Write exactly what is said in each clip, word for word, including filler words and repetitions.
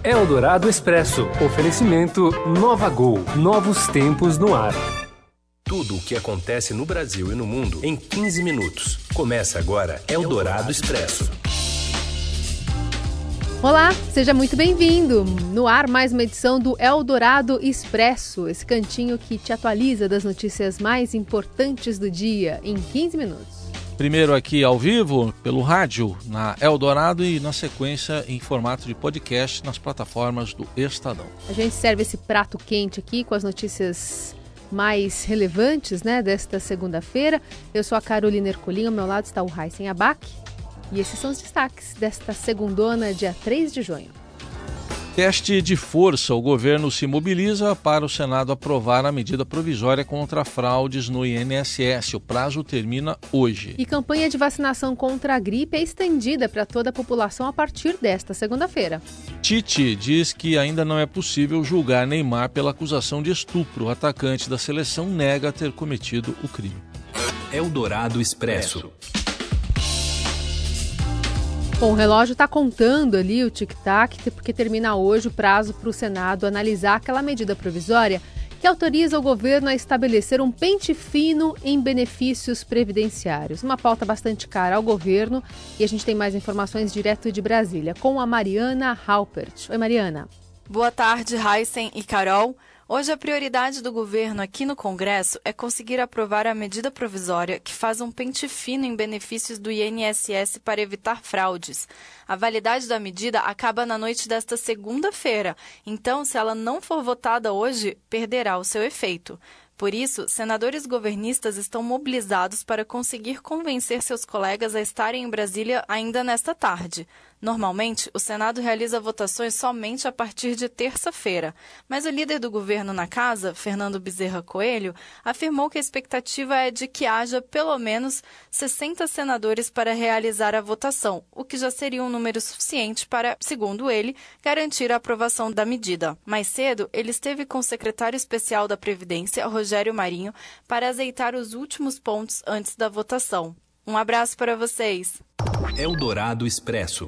Eldorado Expresso. Oferecimento Nova Gol. Novos tempos no ar. Tudo o que acontece no Brasil e no mundo em quinze minutos. Começa agora Eldorado Expresso. Olá, seja muito bem-vindo. No ar, mais uma edição do Eldorado Expresso, esse cantinho que te atualiza das notícias mais importantes do dia em quinze minutos. Primeiro aqui ao vivo, pelo rádio, na Eldorado e na sequência em formato de podcast nas plataformas do Estadão. A gente serve esse prato quente aqui com as notícias mais relevantes, né, desta segunda-feira. Eu sou a Carolina Ercolim, ao meu lado está o Raíssen Abac. E esses são os destaques desta segundona, dia três de junho. Teste de força. O governo se mobiliza para o Senado aprovar a medida provisória contra fraudes no I N S S. O prazo termina hoje. E campanha de vacinação contra a gripe é estendida para toda a população a partir desta segunda-feira. Tite diz que ainda não é possível julgar Neymar pela acusação de estupro. O atacante da seleção nega ter cometido o crime. Eldorado Expresso. Bom, o relógio está contando ali o tic-tac, porque termina hoje o prazo para o Senado analisar aquela medida provisória que autoriza o governo a estabelecer um pente fino em benefícios previdenciários. Uma pauta bastante cara ao governo, e a gente tem mais informações direto de Brasília, com a Mariana Halpert. Oi, Mariana. Boa tarde, Raíssen e Carol. Hoje a prioridade do governo aqui no Congresso é conseguir aprovar a medida provisória que faz um pente fino em benefícios do I N S S para evitar fraudes. A validade da medida acaba na noite desta segunda-feira, então se ela não for votada hoje, perderá o seu efeito. Por isso, senadores governistas estão mobilizados para conseguir convencer seus colegas a estarem em Brasília ainda nesta tarde. Normalmente, o Senado realiza votações somente a partir de terça-feira, mas o líder do governo na casa, Fernando Bezerra Coelho, afirmou que a expectativa é de que haja pelo menos sessenta senadores para realizar a votação, o que já seria um número suficiente para, segundo ele, garantir a aprovação da medida. Mais cedo, ele esteve com o secretário especial da Previdência, Rogério Marinho, para azeitar os últimos pontos antes da votação. Um abraço para vocês. Eldorado Expresso.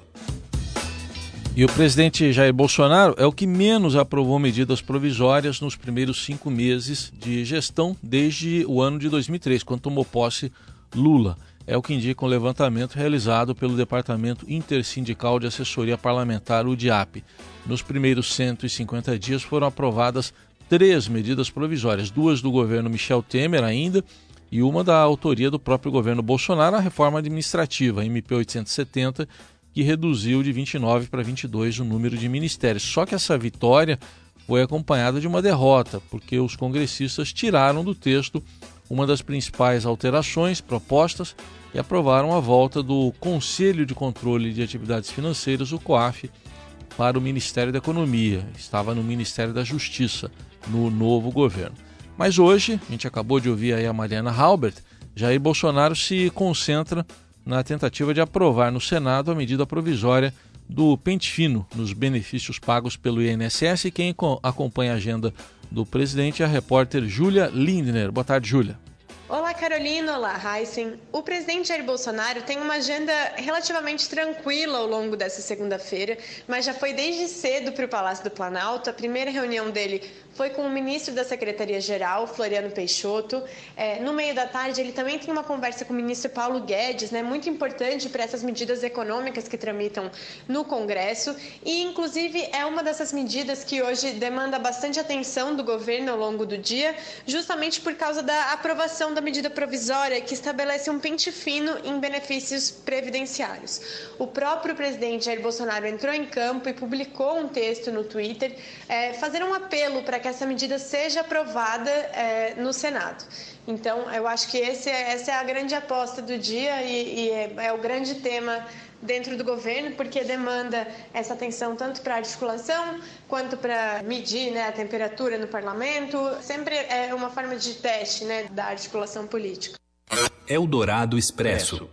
E o presidente Jair Bolsonaro é o que menos aprovou medidas provisórias nos primeiros cinco meses de gestão desde o ano de dois mil e três, quando tomou posse Lula. É o que indica um levantamento realizado pelo Departamento Intersindical de Assessoria Parlamentar, o DIAP. Nos primeiros cento e cinquenta dias foram aprovadas três medidas provisórias, duas do governo Michel Temer ainda, e uma da autoria do próprio governo Bolsonaro, a reforma administrativa, a M P oitocentos e setenta, que reduziu de vinte e nove para vinte e dois o número de ministérios. Só que essa vitória foi acompanhada de uma derrota, porque os congressistas tiraram do texto uma das principais alterações propostas e aprovaram a volta do Conselho de Controle de Atividades Financeiras, o COAF, para o Ministério da Economia. Estava no Ministério da Justiça, no novo governo. Mas hoje, a gente acabou de ouvir aí a Mariana Halpert, Jair Bolsonaro se concentra na tentativa de aprovar no Senado a medida provisória do pente fino nos benefícios pagos pelo I N S S. E quem acompanha a agenda do presidente é a repórter Júlia Lindner. Boa tarde, Júlia. Olá, Carolina. Olá, Raíssen. O presidente Jair Bolsonaro tem uma agenda relativamente tranquila ao longo dessa segunda-feira, mas já foi desde cedo para o Palácio do Planalto. A primeira reunião dele foi com o ministro da Secretaria-Geral, Floriano Peixoto. É, no meio da tarde, ele também tem uma conversa com o ministro Paulo Guedes, né, muito importante para essas medidas econômicas que tramitam no Congresso. E, inclusive, é uma dessas medidas que hoje demanda bastante atenção do governo ao longo do dia, justamente por causa da aprovação da medida provisória que estabelece um pente fino em benefícios previdenciários. O próprio presidente Jair Bolsonaro entrou em campo e publicou um texto no Twitter, é, fazendo um apelo para que essa medida seja aprovada é, no Senado. Então, eu acho que esse é, essa é a grande aposta do dia e, e é, é o grande tema dentro do governo, porque demanda essa atenção tanto para a articulação quanto para medir, né, a temperatura no parlamento. Sempre é uma forma de teste, né, da articulação política. Eldorado Expresso.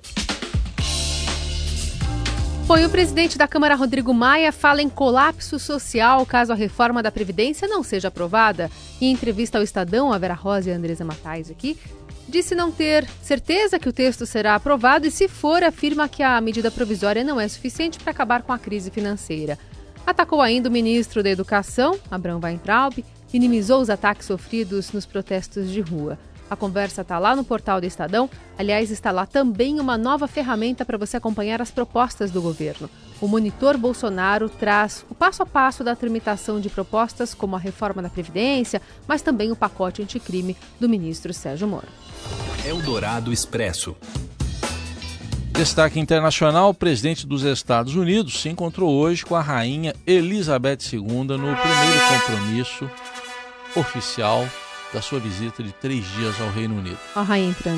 Foi o presidente da Câmara, Rodrigo Maia, fala em colapso social caso a reforma da Previdência não seja aprovada. Em entrevista ao Estadão, a Vera Rosa e a Andresa Matais aqui, disse não ter certeza que o texto será aprovado e, se for, afirma que a medida provisória não é suficiente para acabar com a crise financeira. Atacou ainda o ministro da Educação, Abraham Weintraub, minimizou os ataques sofridos nos protestos de rua. A conversa está lá no portal do Estadão. Aliás, está lá também uma nova ferramenta para você acompanhar as propostas do governo. O Monitor Bolsonaro traz o passo a passo da tramitação de propostas como a reforma da Previdência, mas também o pacote anticrime do ministro Sérgio Moro. Eldorado Expresso. Destaque internacional: o presidente dos Estados Unidos se encontrou hoje com a rainha Elizabeth segunda no primeiro compromisso oficial da sua visita de três dias ao Reino Unido. A rainha entrando.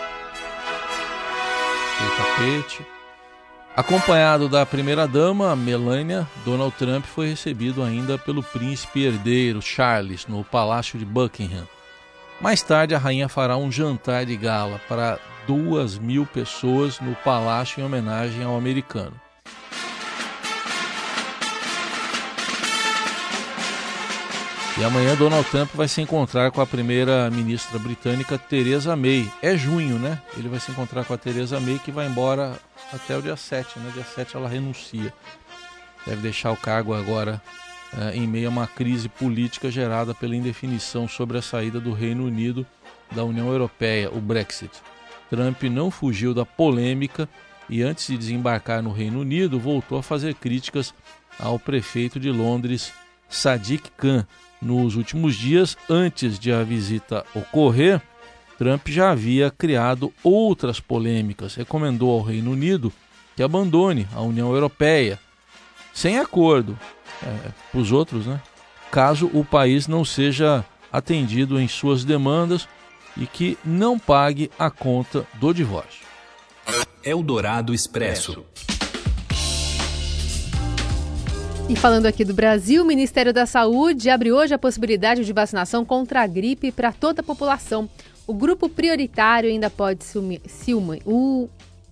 O tapete. Acompanhado da primeira-dama, Melania, Donald Trump foi recebido ainda pelo príncipe herdeiro Charles no Palácio de Buckingham. Mais tarde, a rainha fará um jantar de gala para duas mil pessoas no palácio em homenagem ao americano. E amanhã Donald Trump vai se encontrar com a primeira-ministra britânica Theresa May. É junho, né? Ele vai se encontrar com a Theresa May, que vai embora até o dia sete, né? Dia sete ela renuncia. Deve deixar o cargo agora é, em meio a uma crise política gerada pela indefinição sobre a saída do Reino Unido da União Europeia, o Brexit. Trump não fugiu da polêmica e, antes de desembarcar no Reino Unido, voltou a fazer críticas ao prefeito de Londres, Sadiq Khan. Nos últimos dias, antes de a visita ocorrer, Trump já havia criado outras polêmicas. Recomendou ao Reino Unido que abandone a União Europeia, sem acordo, é, para os outros, né? Caso o país não seja atendido em suas demandas e que não pague a conta do divórcio. Eldorado Expresso. E falando aqui do Brasil, o Ministério da Saúde abre hoje a possibilidade de vacinação contra a gripe para toda a população. O grupo prioritário ainda pode se, se, uh,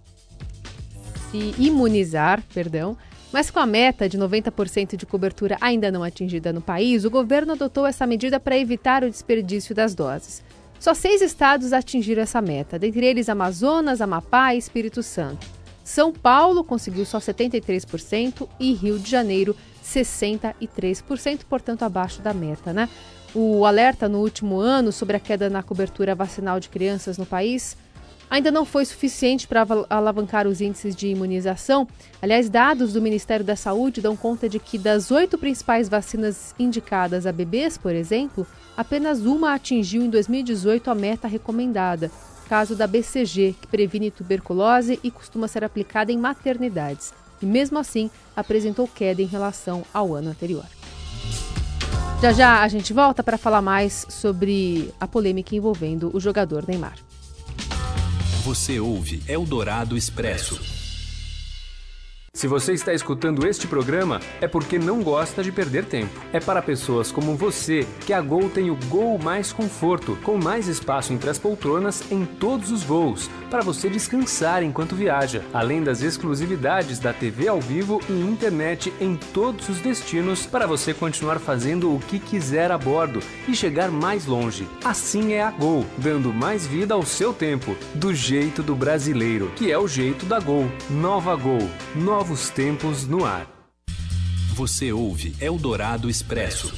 se imunizar, perdão, mas com a meta de noventa por cento de cobertura ainda não atingida no país, o governo adotou essa medida para evitar o desperdício das doses. Só seis estados atingiram essa meta, dentre eles Amazonas, Amapá e Espírito Santo. São Paulo conseguiu só setenta e três por cento e Rio de Janeiro sessenta e três por cento, portanto abaixo da meta, né? O alerta no último ano sobre a queda na cobertura vacinal de crianças no país ainda não foi suficiente para alavancar os índices de imunização. Aliás, dados do Ministério da Saúde dão conta de que das oito principais vacinas indicadas a bebês, por exemplo, apenas uma atingiu em dois mil e dezoito a meta recomendada. Caso da B C G, que previne tuberculose e costuma ser aplicada em maternidades. E mesmo assim, apresentou queda em relação ao ano anterior. Já já a gente volta para falar mais sobre a polêmica envolvendo o jogador Neymar. Você ouve Eldorado Expresso. Se você está escutando este programa, é porque não gosta de perder tempo. É para pessoas como você que a Gol tem o Gol Mais Conforto, com mais espaço entre as poltronas em todos os voos, para você descansar enquanto viaja, além das exclusividades da T V ao vivo e internet em todos os destinos, para você continuar fazendo o que quiser a bordo e chegar mais longe. Assim é a Gol, dando mais vida ao seu tempo, do jeito do brasileiro, que é o jeito da Gol. Nova Gol, novos tempos no ar. Você ouve Eldorado Expresso.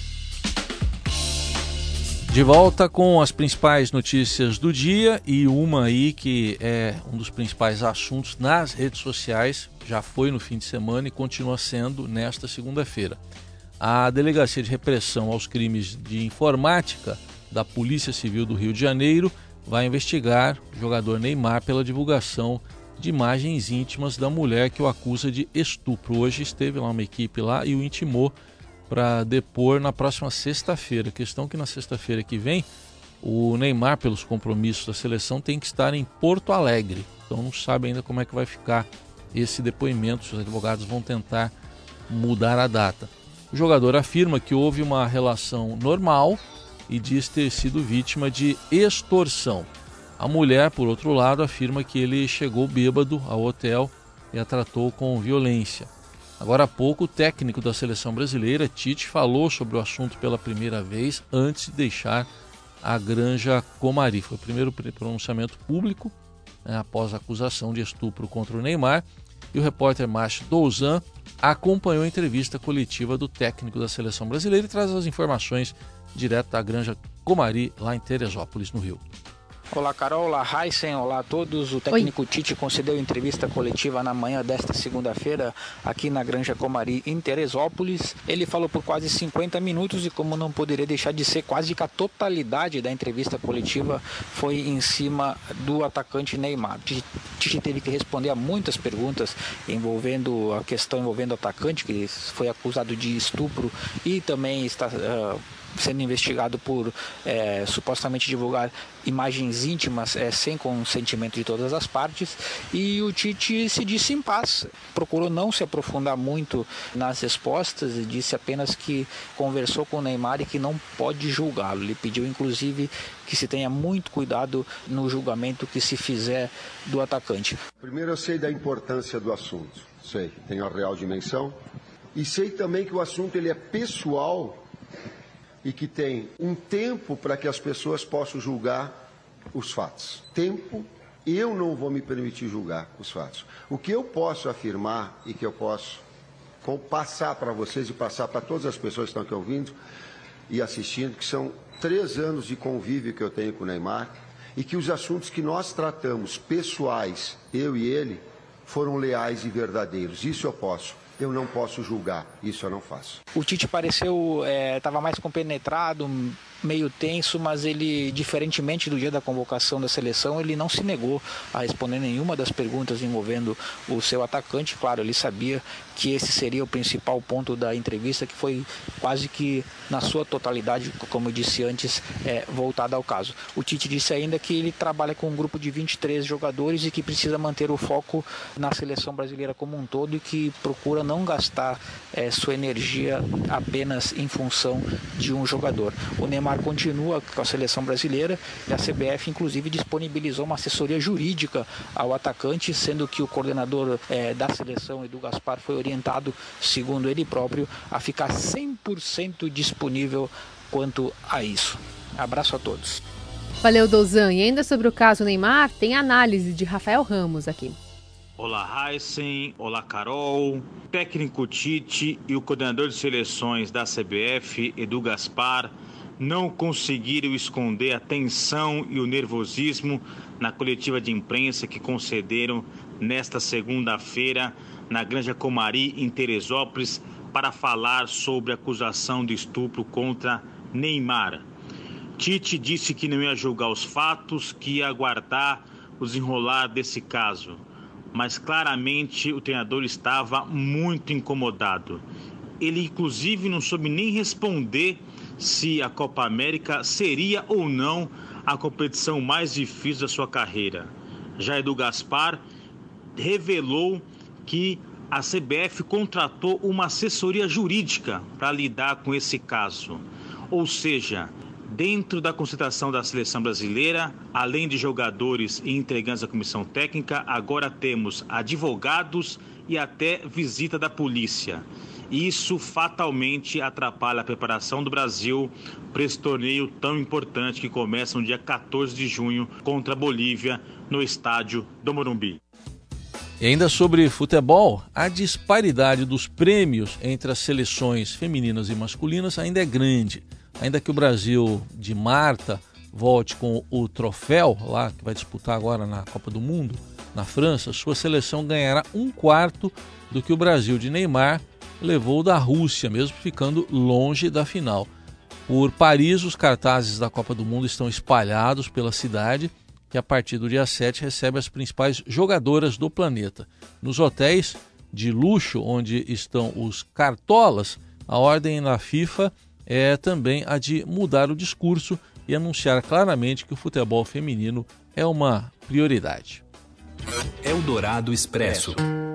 De volta com as principais notícias do dia e uma aí que é um dos principais assuntos nas redes sociais, já foi no fim de semana e continua sendo nesta segunda-feira. A Delegacia de Repressão aos Crimes de Informática da Polícia Civil do Rio de Janeiro vai investigar o jogador Neymar pela divulgação de imagens íntimas da mulher que o acusa de estupro. Hoje esteve lá uma equipe lá e o intimou para depor na próxima sexta-feira. A questão é que na sexta-feira que vem, o Neymar, pelos compromissos da seleção, tem que estar em Porto Alegre. Então não sabe ainda como é que vai ficar esse depoimento, se os advogados vão tentar mudar a data. O jogador afirma que houve uma relação normal e diz ter sido vítima de extorsão. A mulher, por outro lado, afirma que ele chegou bêbado ao hotel e a tratou com violência. Agora há pouco, o técnico da seleção brasileira, Tite, falou sobre o assunto pela primeira vez antes de deixar a Granja Comari. Foi o primeiro pronunciamento público, né, após a acusação de estupro contra o Neymar. E E o repórter Márcio Douzan acompanhou a entrevista coletiva do técnico da seleção brasileira e traz as informações direto da Granja Comari, lá em Teresópolis, no Rio. Olá, Carol. Olá, Heisen. Olá a todos. O técnico Oi. Tite concedeu entrevista coletiva na manhã desta segunda-feira aqui na Granja Comari, em Teresópolis. Ele falou por quase cinquenta minutos e, como não poderia deixar de ser, quase que a totalidade da entrevista coletiva foi em cima do atacante Neymar. Tite teve que responder a muitas perguntas envolvendo a questão envolvendo o atacante, que foi acusado de estupro e também está Uh, sendo investigado por é, supostamente divulgar imagens íntimas é, sem consentimento de todas as partes, e o Tite se disse em paz, procurou não se aprofundar muito nas respostas e disse apenas que conversou com o Neymar e que não pode julgá-lo. Ele pediu inclusive que se tenha muito cuidado no julgamento que se fizer do atacante. Primeiro, eu sei da importância do assunto, sei, tem a real dimensão, e sei também que o assunto ele é pessoal e que tem um tempo para que as pessoas possam julgar os fatos. Tempo, eu não vou me permitir julgar os fatos. O que eu posso afirmar e que eu posso passar para vocês e passar para todas as pessoas que estão aqui ouvindo e assistindo, que são três anos de convívio que eu tenho com o Neymar e que os assuntos que nós tratamos, pessoais, eu e ele, foram leais e verdadeiros. Isso eu posso. Eu não posso julgar, isso eu não faço. O Tite pareceu, estava é, mais compenetrado, meio tenso, mas ele, diferentemente do dia da convocação da seleção, ele não se negou a responder nenhuma das perguntas envolvendo o seu atacante. Claro, ele sabia que esse seria o principal ponto da entrevista, que foi quase que na sua totalidade, como eu disse antes, é, voltada ao caso. O Tite disse ainda que ele trabalha com um grupo de vinte e três jogadores e que precisa manter o foco na seleção brasileira como um todo e que procura não gastar é, sua energia apenas em função de um jogador. O Neymar continua com a seleção brasileira e a C B F inclusive disponibilizou uma assessoria jurídica ao atacante, sendo que o coordenador é, da seleção, Edu Gaspar, foi orientado, segundo ele próprio, a ficar cem por cento disponível quanto a isso. Abraço a todos. Valeu, Douzan. E ainda sobre o caso Neymar, tem análise de Rafael Ramos aqui. Olá, Heisen. Olá, Carol. Técnico Tite e o coordenador de seleções da C B F, Edu Gaspar, não conseguiram esconder a tensão e o nervosismo na coletiva de imprensa que concederam nesta segunda-feira na Granja Comari, em Teresópolis, para falar sobre a acusação de estupro contra Neymar. Tite disse que não ia julgar os fatos, que ia aguardar o desenrolar desse caso. Mas claramente o treinador estava muito incomodado. Ele inclusive não soube nem responder se a Copa América seria ou não a competição mais difícil da sua carreira. Já Edu Gaspar revelou que a C B F contratou uma assessoria jurídica para lidar com esse caso. Ou seja, dentro da concentração da seleção brasileira, além de jogadores e integrantes da comissão técnica, agora temos advogados e até visita da polícia. Isso fatalmente atrapalha a preparação do Brasil para esse torneio tão importante que começa no dia quatorze de junho contra a Bolívia, no estádio do Morumbi. E ainda sobre futebol, a disparidade dos prêmios entre as seleções femininas e masculinas ainda é grande. Ainda que o Brasil de Marta volte com o troféu, lá que vai disputar agora na Copa do Mundo, na França, sua seleção ganhará um quarto do que o Brasil de Neymar levou da Rússia, mesmo ficando longe da final. Por Paris, os cartazes da Copa do Mundo estão espalhados pela cidade, que a partir do dia sete recebe as principais jogadoras do planeta. Nos hotéis de luxo, onde estão os cartolas, a ordem na FIFA é também a de mudar o discurso e anunciar claramente que o futebol feminino é uma prioridade. Eldorado Expresso.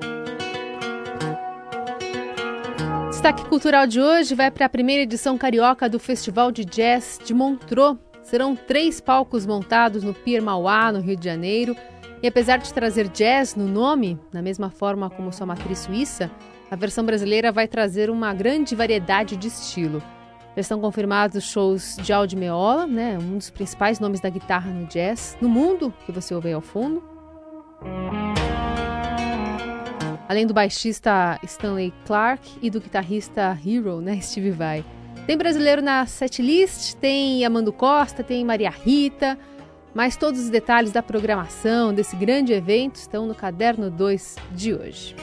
Destaque cultural de hoje vai para a primeira edição carioca do Festival de Jazz de Montreux. Serão três palcos montados no Pier Mauá, no Rio de Janeiro. E apesar de trazer jazz no nome, na mesma forma como sua matriz suíça, a versão brasileira vai trazer uma grande variedade de estilo. Já estão confirmados os shows de Aldi Meola, né, um dos principais nomes da guitarra no jazz no mundo, que você ouve aí ao fundo. além do baixista Stanley Clarke e do guitarrista Hero, né, Steve Vai. Tem brasileiro na setlist, tem Amando Costa, tem Maria Rita, mas todos os detalhes da programação desse grande evento estão no Caderno dois de hoje.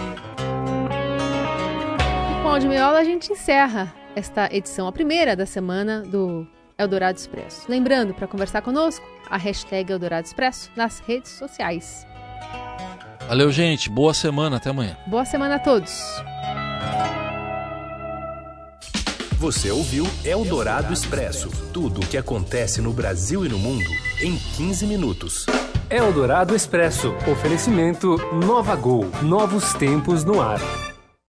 E com o de Meiola a gente encerra esta edição, a primeira da semana do Eldorado Expresso. Lembrando, para conversar conosco, a hashtag Eldorado Expresso nas redes sociais. Valeu, gente. Boa semana. Até amanhã. Boa semana a todos. Você ouviu Eldorado Expresso. Tudo o que acontece no Brasil e no mundo em quinze minutos. Eldorado Expresso. Oferecimento Nova Gol. Novos tempos no ar.